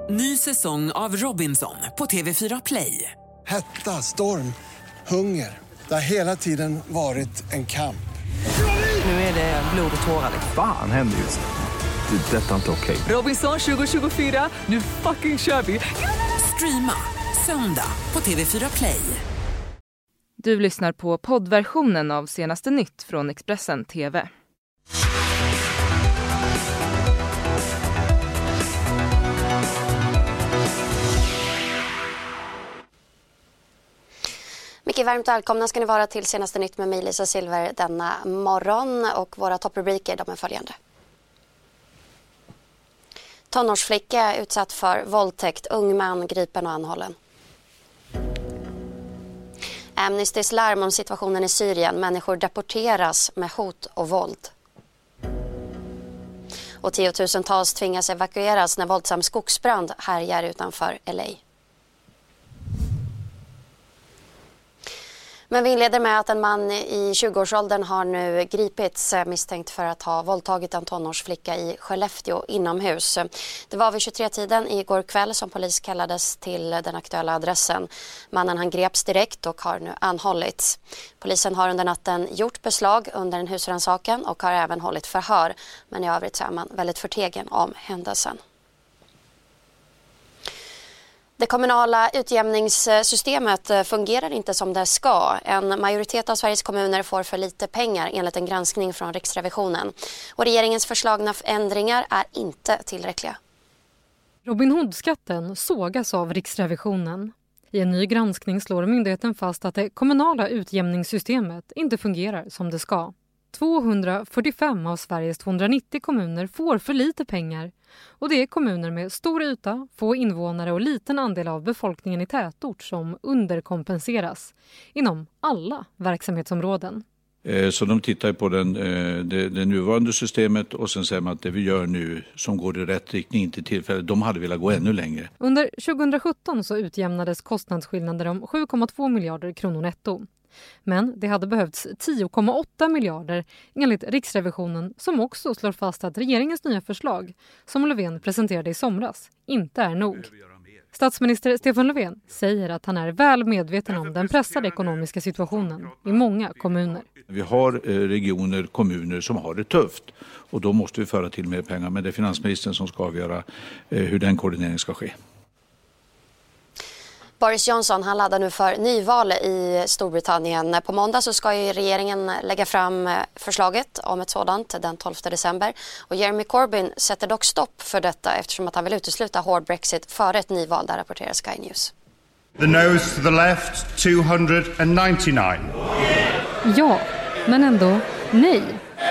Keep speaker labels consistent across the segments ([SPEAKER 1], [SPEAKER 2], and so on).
[SPEAKER 1] Ny säsong av Robinson på TV4 Play.
[SPEAKER 2] Hetta, storm, hunger. Det har hela tiden varit en kamp.
[SPEAKER 1] Nu är det blod och tårar.
[SPEAKER 3] Fan händer just nu. Det. Detta är inte okej.
[SPEAKER 1] Robinson 2024, nu fucking kör vi. Streama söndag på TV4 Play.
[SPEAKER 4] Du lyssnar på poddversionen av Senaste Nytt från Expressen TV.
[SPEAKER 5] Mycket varmt välkomna ska ni vara till Senaste Nytt med mig, Lisa Silver, denna morgon. Och våra topprubriker, de är följande. Tonårsflicka utsatt för våldtäkt, ung man gripen och anhållen. Amnestys larm om situationen i Syrien, människor deporteras med hot och våld. Och tiotusentals tvingas evakueras när våldsam skogsbrand härjar utanför LA. Men vi inleder med att en man i 20-årsåldern har nu gripits misstänkt för att ha våldtagit en tonårsflicka i Skellefteå inomhus. Det var vid 23-tiden igår kväll som polis kallades till den aktuella adressen. Mannen han greps direkt och har nu anhållits. Polisen har under natten gjort beslag under en husrannsakan och har även hållit förhör. Men i övrigt så är man väldigt förtegen om händelsen. Det kommunala utjämningssystemet fungerar inte som det ska. En majoritet av Sveriges kommuner får för lite pengar enligt en granskning från Riksrevisionen. Och regeringens förslagna ändringar är inte tillräckliga.
[SPEAKER 6] Robin Hood-skatten sågas av Riksrevisionen. I en ny granskning slår myndigheten fast att det kommunala utjämningssystemet inte fungerar som det ska. 245 av Sveriges 290 kommuner får för lite pengar. Och det är kommuner med stor yta, få invånare och liten andel av befolkningen i tätort som underkompenseras inom alla verksamhetsområden.
[SPEAKER 7] Så de tittar på det nuvarande systemet och sen säger man att det vi gör nu som går i rätt riktning inte tillfället. De hade velat gå ännu längre.
[SPEAKER 6] Under 2017 så utjämnades kostnadsskillnader om 7,2 miljarder kronor netto. Men det hade behövts 10,8 miljarder enligt Riksrevisionen som också slår fast att regeringens nya förslag som Löfven presenterade i somras inte är nog. Statsminister Stefan Löfven säger att han är väl medveten om den pressade ekonomiska situationen i många kommuner.
[SPEAKER 7] Vi har regioner, kommuner som har det tufft och då måste vi föra till mer pengar, men det är finansministern som ska avgöra hur den koordineringen ska ske.
[SPEAKER 5] Boris Johnson han laddar nu för nyval i Storbritannien. På måndag så ska ju regeringen lägga fram förslaget om ett sådant den 12 december. Och Jeremy Corbyn sätter dock stopp för detta eftersom att han vill utesluta hård Brexit före ett nyval, där rapporterar Sky News.
[SPEAKER 8] The noes to the left, 299.
[SPEAKER 6] Ja, men ändå nej.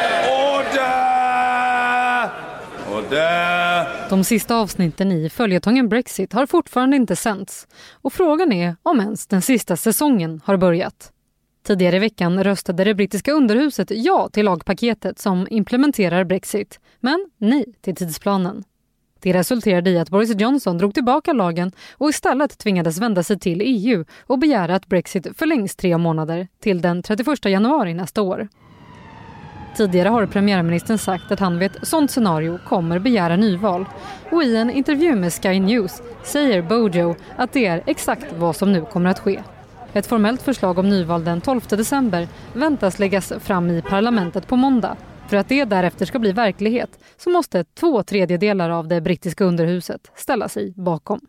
[SPEAKER 6] De sista avsnitten i följetongen Brexit har fortfarande inte sänts och frågan är om ens den sista säsongen har börjat. Tidigare i veckan röstade det brittiska underhuset ja till lagpaketet som implementerar Brexit, men nej till tidsplanen. Det resulterade i att Boris Johnson drog tillbaka lagen och istället tvingades vända sig till EU och begära att Brexit förlängs 3 månader till den 31 januari nästa år. Tidigare har premiärministern sagt att han vid ett sådant scenario kommer begära nyval. Och i en intervju med Sky News säger Bojo att det är exakt vad som nu kommer att ske. Ett formellt förslag om nyval den 12 december väntas läggas fram i parlamentet på måndag. För att det därefter ska bli verklighet så måste 2/3 av det brittiska underhuset ställa sig bakom.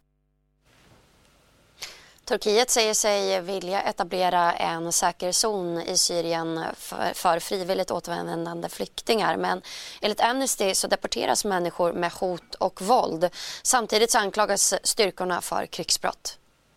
[SPEAKER 5] Turkiet säger sig vilja etablera en säker zon i Syrien för frivilligt återvändande flyktingar. Men enligt Amnesty så deporteras människor med hot och våld. Samtidigt så anklagas styrkorna för krigsbrott.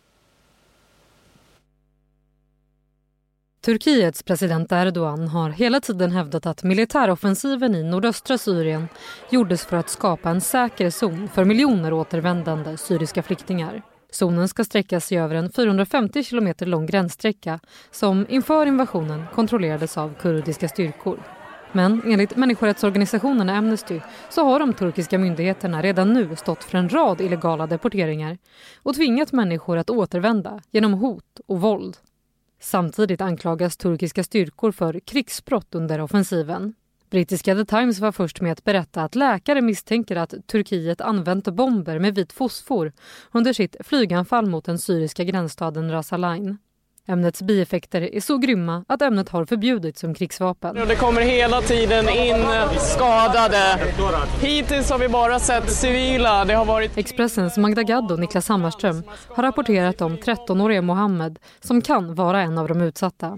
[SPEAKER 6] Turkiets president Erdogan har hela tiden hävdat att militäroffensiven i nordöstra Syrien gjordes för att skapa en säker zon för miljoner återvändande syriska flyktingar. Zonen ska sträcka sig över en 450 kilometer lång gränssträcka som inför invasionen kontrollerades av kurdiska styrkor. Men enligt människorättsorganisationen Amnesty så har de turkiska myndigheterna redan nu stått för en rad illegala deporteringar och tvingat människor att återvända genom hot och våld. Samtidigt anklagas turkiska styrkor för krigsbrott under offensiven. Brittiska The Times var först med att berätta att läkare misstänker att Turkiet använt bomber med vit fosfor under sitt flyganfall mot den syriska gränsstaden Ras Al-Ain. Ämnets bieffekter är så grymma att ämnet har förbjudits som krigsvapen.
[SPEAKER 9] Det kommer hela tiden in skadade. Hittills har vi bara sett civila. Det har varit...
[SPEAKER 6] Expressens Magda Gad och Niklas Hammarström har rapporterat om 13-åriga Mohammed som kan vara en av de utsatta.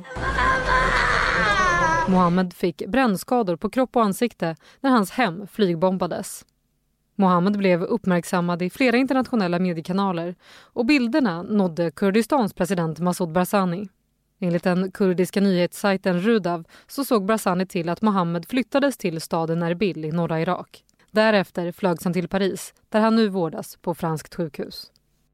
[SPEAKER 6] Mohammed fick brännskador på kropp och ansikte när hans hem flygbombades. Mohammed blev uppmärksammad i flera internationella mediekanaler och bilderna nådde Kurdistans president Masoud Barzani. Enligt den kurdiska nyhetssajten Rudav så såg Barzani till att Mohammed flyttades till staden Erbil i norra Irak. Därefter flögs han till Paris där han nu vårdas på franskt sjukhus.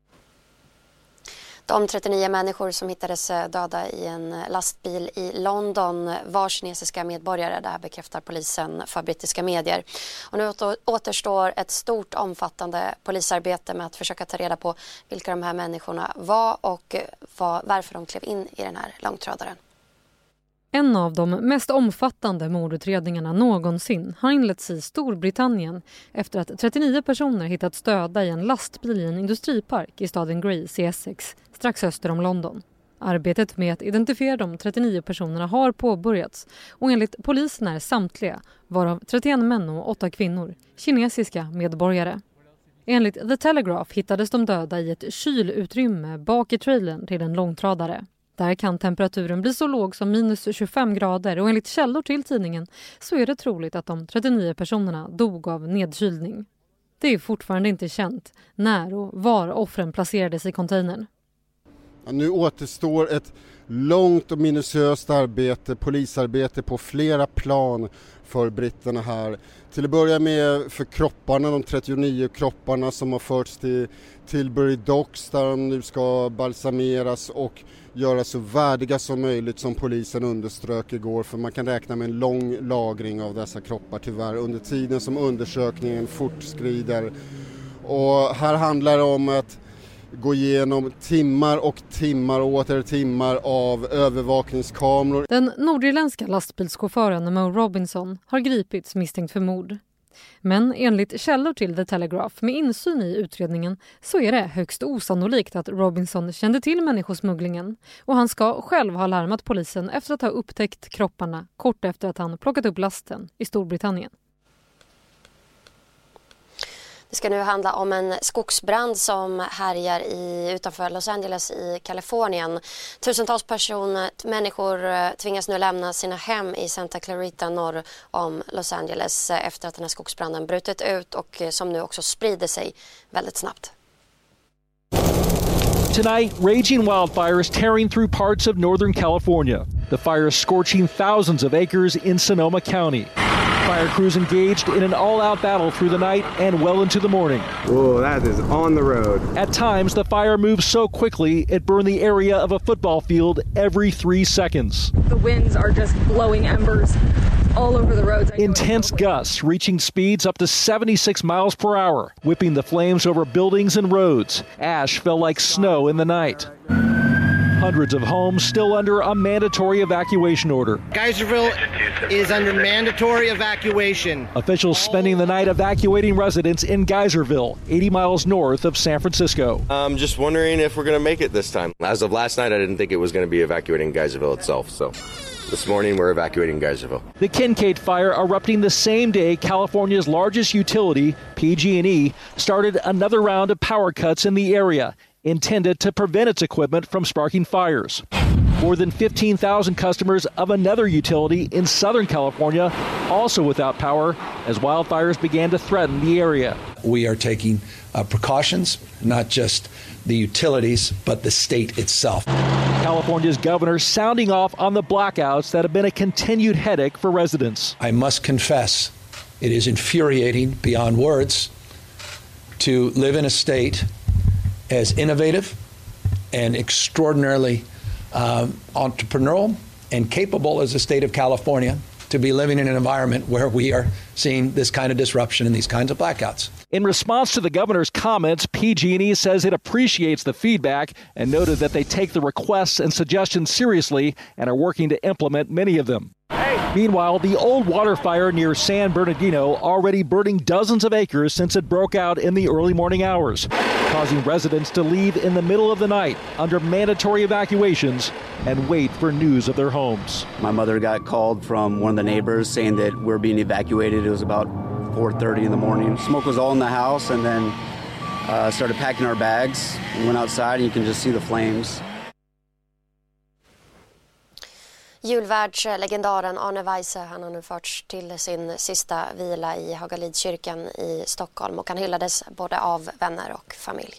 [SPEAKER 5] De 39 människor som hittades döda i en lastbil i London var kinesiska medborgare. Det här bekräftar polisen för brittiska medier. Och nu återstår ett stort omfattande polisarbete med att försöka ta reda på vilka de här människorna var och varför de klev in i den här långtradaren.
[SPEAKER 6] En av de mest omfattande mordutredningarna någonsin har inletts i Storbritannien efter att 39 personer hittats döda i en lastbil i en industripark i staden Grays i Essex, strax öster om London. Arbetet med att identifiera de 39 personerna har påbörjats och enligt polisen är samtliga, varav 31 män och 8 kvinnor, kinesiska medborgare. Enligt The Telegraph hittades de döda i ett kylutrymme bak i trailern till en långtradare. Där kan temperaturen bli så låg som minus 25 grader och enligt källor till tidningen så är det troligt att de 39 personerna dog av nedkylning. Det är fortfarande inte känt när och var offren placerades i containern.
[SPEAKER 10] Ja, nu återstår ett långt och minutiöst arbete, polisarbete på flera plan för britterna här. Till att börja med för kropparna, de 39 kropparna som har förts till Tilbury Docks där de nu ska balsameras och göra så värdiga som möjligt som polisen underströk igår, för man kan räkna med en lång lagring av dessa kroppar tyvärr under tiden som undersökningen fortskrider. Och här handlar det om att gå igenom timmar och åter timmar av övervakningskameror.
[SPEAKER 6] Den nordirländska lastbilschauffören Mo Robinson har gripits misstänkt för mord. Men enligt källor till The Telegraph med insyn i utredningen så är det högst osannolikt att Robinson kände till människosmugglingen och han ska själv ha larmat polisen efter att ha upptäckt kropparna kort efter att han plockat upp lasten i Storbritannien.
[SPEAKER 5] Det ska nu handla om en skogsbrand som härjar utanför Los Angeles i Kalifornien. Tusentals människor tvingas nu lämna sina hem i Santa Clarita norr om Los Angeles efter att den här skogsbranden brutit ut och som nu också sprider sig väldigt snabbt.
[SPEAKER 11] Tonight, raging wildfires tearing through parts of Northern California. The fire is scorching thousands of acres in Sonoma County. Fire crews engaged in an all-out battle through the night and well into the morning.
[SPEAKER 12] Whoa, that is on the road.
[SPEAKER 11] At times, the fire moves so quickly it burned the area of a football field every 3 seconds.
[SPEAKER 13] The winds are just blowing embers all over the roads.
[SPEAKER 11] Intense gusts reaching speeds up to 76 miles per hour, whipping the flames over buildings and roads. Ash fell like snow in the night. Hundreds of homes still under a mandatory evacuation order.
[SPEAKER 14] Geyserville is under mandatory evacuation.
[SPEAKER 11] Officials spending the night evacuating residents in Geyserville, 80 miles north of San Francisco.
[SPEAKER 15] I'm just wondering if we're going to make it this time. As of last night, I didn't think it was going to be evacuating Geyserville itself, so this morning we're evacuating Geyserville.
[SPEAKER 11] The Kincaid fire erupting the same day California's largest utility, PG&E, started another round of power cuts in the area, intended to prevent its equipment from sparking fires. More than 15,000 customers of another utility in Southern California also without power as wildfires began to threaten the area.
[SPEAKER 16] We are taking precautions, not just the utilities, but the state itself.
[SPEAKER 11] California's governor sounding off on the blackouts that have been a continued headache for residents.
[SPEAKER 16] I must confess, it is infuriating beyond words to live in a state as innovative and extraordinarily entrepreneurial and capable as the state of California to be living in an environment where we are seeing this kind of disruption and these kinds of blackouts.
[SPEAKER 11] In response to the governor's comments, PG&E says it appreciates the feedback and noted that they take the requests and suggestions seriously and are working to implement many of them.
[SPEAKER 17] Hey,
[SPEAKER 11] Meanwhile, the old water fire near San Bernardino already burning dozens of acres since it broke out in the early morning hours, causing residents to leave in the middle of the night under mandatory evacuations and wait for news of their homes.
[SPEAKER 17] My mother got called from one of the neighbors saying that we're being evacuated. It was about 4:30 in the morning. Smoke was all in the house, and then started packing our bags. We went outside and you can just see the flames.
[SPEAKER 5] Julvärdslegendaren Arne Weise, han har nu förts till sin sista vila i Hagalidskyrkan i Stockholm och han hyllades både av vänner och familj.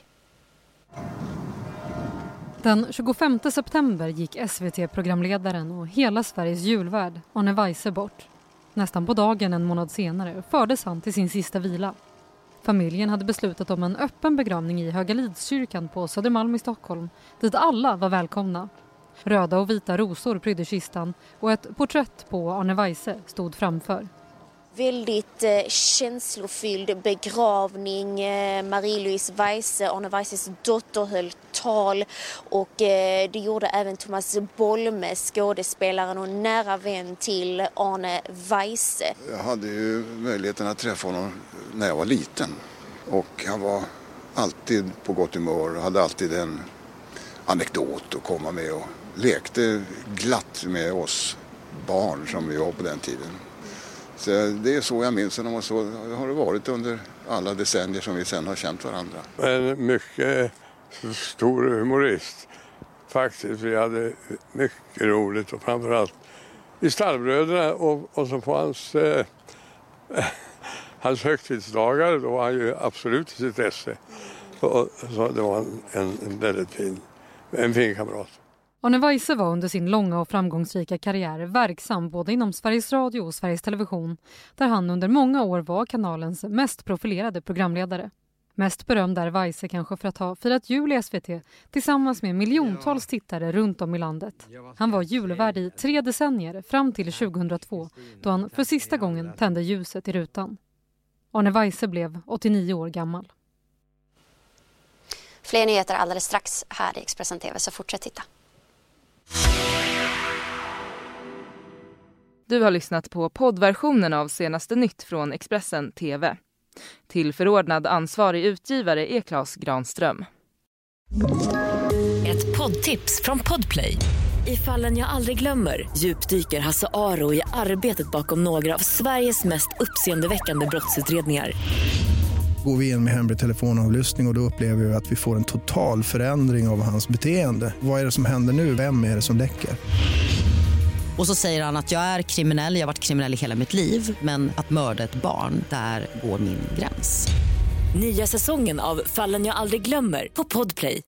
[SPEAKER 6] Den 25 september gick SVT-programledaren och hela Sveriges julvärd Arne Weise bort. Nästan på dagen en månad senare fördes han till sin sista vila. Familjen hade beslutat om en öppen begravning i Hagalidskyrkan på Södermalm i Stockholm, dit alla var välkomna. Röda och vita rosor prydde kistan och ett porträtt på Arne Weise stod framför.
[SPEAKER 18] Väldigt känslofylld begravning. Marie-Louise Weise, Arne Weises dotter, höll tal och det gjorde även Thomas Bolme, skådespelaren och nära vän till Arne Weise.
[SPEAKER 19] Jag hade ju möjligheten att träffa honom när jag var liten och han var alltid på gott humör och hade alltid en anekdot att komma med och lekte glatt med oss barn som vi var på den tiden. Så det är så jag minns honom och så har det varit under alla decennier som vi sen har känt varandra.
[SPEAKER 20] En mycket stor humorist faktiskt. Vi hade mycket roligt och framförallt i Stallbröderna och så på hans högtidsdagar då var han ju absolut i sitt esse. Så det var en väldigt fin kamrat.
[SPEAKER 6] Arne Weise var under sin långa och framgångsrika karriär verksam både inom Sveriges Radio och Sveriges Television, där han under många år var kanalens mest profilerade programledare. Mest berömd är Weise kanske för att ha firat jul i SVT tillsammans med miljontals tittare runt om i landet. Han var julvärd i 3 decennier fram till 2002 då han för sista gången tände ljuset i rutan. Arne Weise blev 89 år gammal.
[SPEAKER 5] Fler nyheter alldeles strax här i Expressen TV, så fortsätt titta.
[SPEAKER 4] Du har lyssnat på poddversionen av Senaste nytt från Expressen TV. Tillförordnad ansvarig utgivare är Claes Granström.
[SPEAKER 21] Ett poddtips från Podplay. I Fallen jag aldrig glömmer djupdyker Hasse Aro i arbetet bakom några av Sveriges mest uppseendeväckande brottsutredningar.
[SPEAKER 22] Går vi in med hemlig telefonavlyssning och då upplever vi att vi får en total förändring av hans beteende. Vad är det som händer nu? Vem är det som läcker?
[SPEAKER 23] Och så säger han att jag är kriminell, jag har varit kriminell i hela mitt liv. Men att mörda ett barn, där går min gräns.
[SPEAKER 21] Nya säsongen av Fallen jag aldrig glömmer på Podplay.